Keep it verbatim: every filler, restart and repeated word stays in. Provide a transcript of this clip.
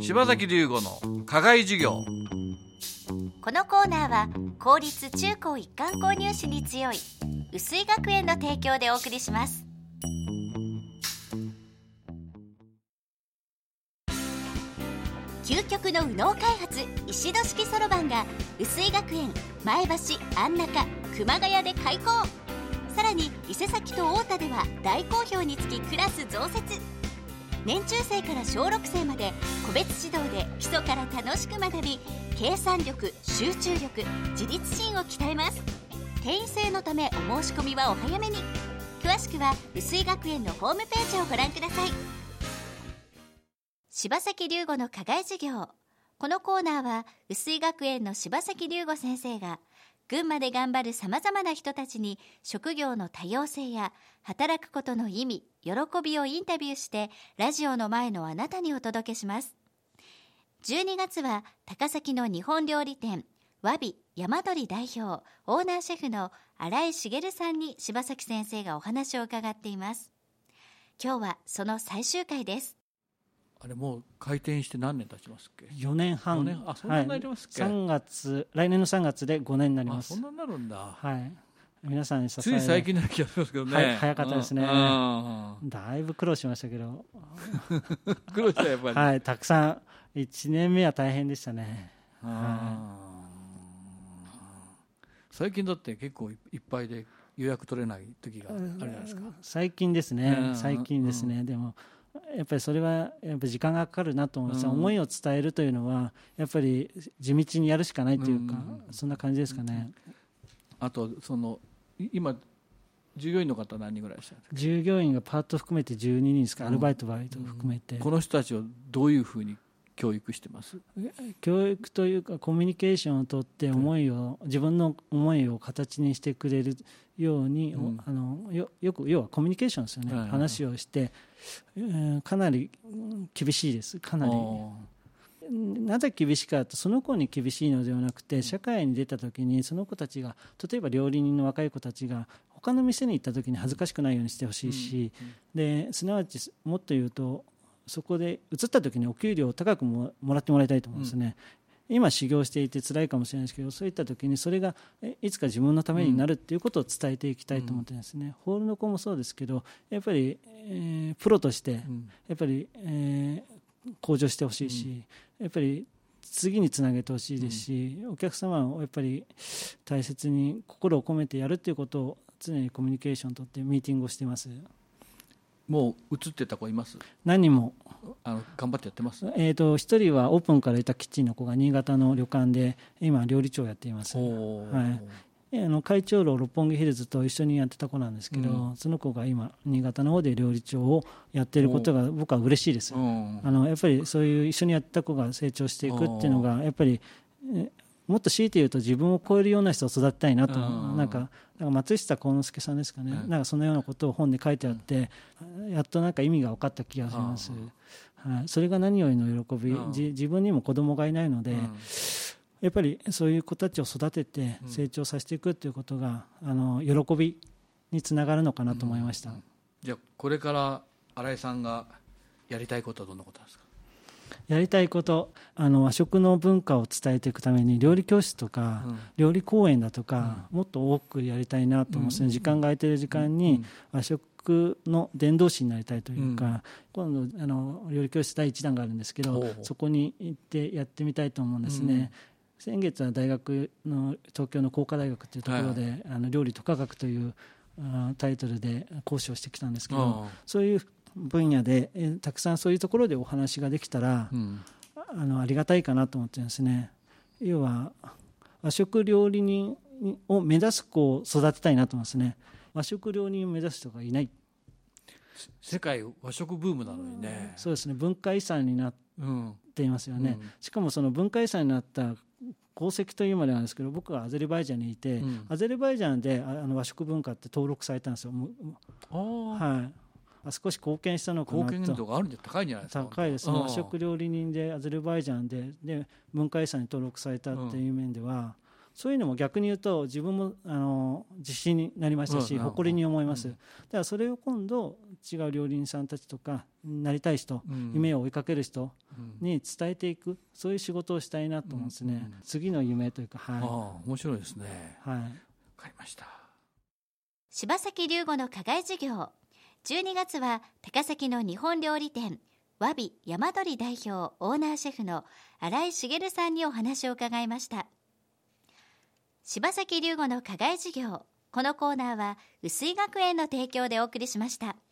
柴崎龍吾の課外授業。 このコーナーは公立中高一貫購入士に強い薄井学園の提供でお送りします。究極の右脳開発石戸式そろばんが薄井学園、前橋、安中、熊谷で開講。さらに伊勢崎と太田では大好評につきクラス増設。年中生から小ろく生まで個別指導で基礎から楽しく学び、計算力、集中力、自立心を鍛えます。定員制のためお申し込みはお早めに。詳しくは薄井学園のホームページをご覧ください。柴崎龍吾の課外授業。このコーナーは薄井学園の柴崎龍吾先生が群馬で頑張るさまざまな人たちに職業の多様性や働くことの意味、喜びをインタビューしてラジオの前のあなたにお届けします。じゅうにがつは高崎の日本料理店わび山鳥代表オーナーシェフの新井茂さんに柴崎先生がお話を伺っています。今日はその最終回です。 あれもう開店して何年経ちますっけ？ よねんはん。 よねん、あ、そんなになりますっけ？ はい、さんがつ、来年のさんがつでごねんになります。 あ、そんなになるんだ。 はい。皆さんに支えつい最近な気がしますけどね。 はい、早かったですね。 うんうん、 だいぶ苦労しましたけど。 苦労したやっぱり。 はい、たくさんいちねんめは大変でしたね。 はい、最近だって結構いっぱいで予約取れない時があるじゃないですか。 最近ですね。最近ですね。うん、でも。やっぱりそれはやっぱり時間がかかるなと思います、うん、思いを伝えるというのはやっぱり地道にやるしかないというか、うん、そんな感じですかね。 あとその今従業員の方何人ぐらいいらっしゃるんですか？ 従業員がパート含めてじゅうににんですか、アルバイトバイト含めて、 うん、この人たちをどういうふうに教育してます？ 教育というかコミュニケーションをとって思いを、うん、自分の思いを形にしてくれるように、うん、あの よ, よく要はコミュニケーションですよね、はいはいはい、話をして、えー、かなり厳しいです。かなりなぜ厳しいかと、その子に厳しいのではなくて、社会に出た時にその子たちが、例えば料理人の若い子たちが他の店に行った時に恥ずかしくないようにしてほしいし、うんうん、ですなわちもっと言うとそこで移った時にお給料を高く も, もらってもらいたいと思うんですね、うん、今修行していて辛いかもしれないですけど、そういった時にそれがいつか自分のためになるっていうことを伝えていきたいと思ってるんですね、うん、ホールの子もそうですけど、やっぱり、えー、プロとしてやっぱり、えー、向上してほしいし、うん、やっぱり次につなげてほしいですし、うん、お客様をやっぱり大切に心を込めてやるということを常にコミュニケーションをとってミーティングをしています。 もう移ってた子います？ 何人もあの頑張ってやってます。 えーと、一人はオープンからいたキッチンの子が新潟の旅館で今料理長をやっています、はい、あの会長楼六本木ヒルズと一緒にやってた子なんですけど、うん、その子が今新潟の方で料理長をやっていることが僕は嬉しいです。あのやっぱりそういう一緒にやった子が成長していくっていうのがやっぱりもっと強いて言うと自分を超えるような人を育てたいなと、なんかなんか松下幸之助さんですかね、なんかそのようなことを本で書いてあって、やっとなんか意味が分かった気がします、はい、それが何よりの喜び、自分にも子供がいないので、やっぱりそういう子たちを育てて成長させていくということがあの喜びにつながるのかなと思いました、うんうん、 じゃあこれから新井さんがやりたいことはどんなことなんですか？ やりたいこと、あの和食の文化を伝えていくために料理教室とか、うん、料理講演だとか、うん、もっと多くやりたいなと思うんですね、うん、時間が空いている時間に和食の伝道師になりたいというか、うん、今度あの料理教室だいいちだんがあるんですけど、そこに行ってやってみたいと思うんですね、うん、先月は大学の東京の工科大学というところで、はい、あの料理と科学というタイトルで講師をしてきたんですけど、そういう分野でえたくさんそういうところでお話ができたら、うん、あのありがたいかなと思ってるんですね。要は和食料理人を目指す子を育てたいなと思いますね。和食料理人を目指す人がいない。 世界和食ブームなのにね、 うん、そうですね、文化遺産になっていますよね、うん、しかもその文化遺産になった功績というまでなんですけど、僕はアゼルバイジャンにいて、うん、アゼルバイジャンであの和食文化って登録されたんですよ。はい、少し貢献したのかなと。 貢献度があるんで高いんじゃないですか。 高いですね。和食料理人でアゼルバイジャン で, で文化遺産に登録されたっていう面では、 そういうのも逆に言うと自分もあの自信になりましたし、 うん、 誇りに思います、 うん、 だからそれを今度違う料理人さんたちとかなりたい人、 うん、 夢を追いかける人に伝えていく、そういう仕事をしたいなと思うんですね、うん、次の夢というか、はい、 あ面白いですね。 はい、わかりました。 柴崎龍吾の課外授業、じゅうにがつは高崎の日本料理店わび山鳥代表オーナーシェフの新井茂さんにお話を伺いました。柴崎龍吾の課外授業、このコーナーは碓井学園の提供でお送りしました。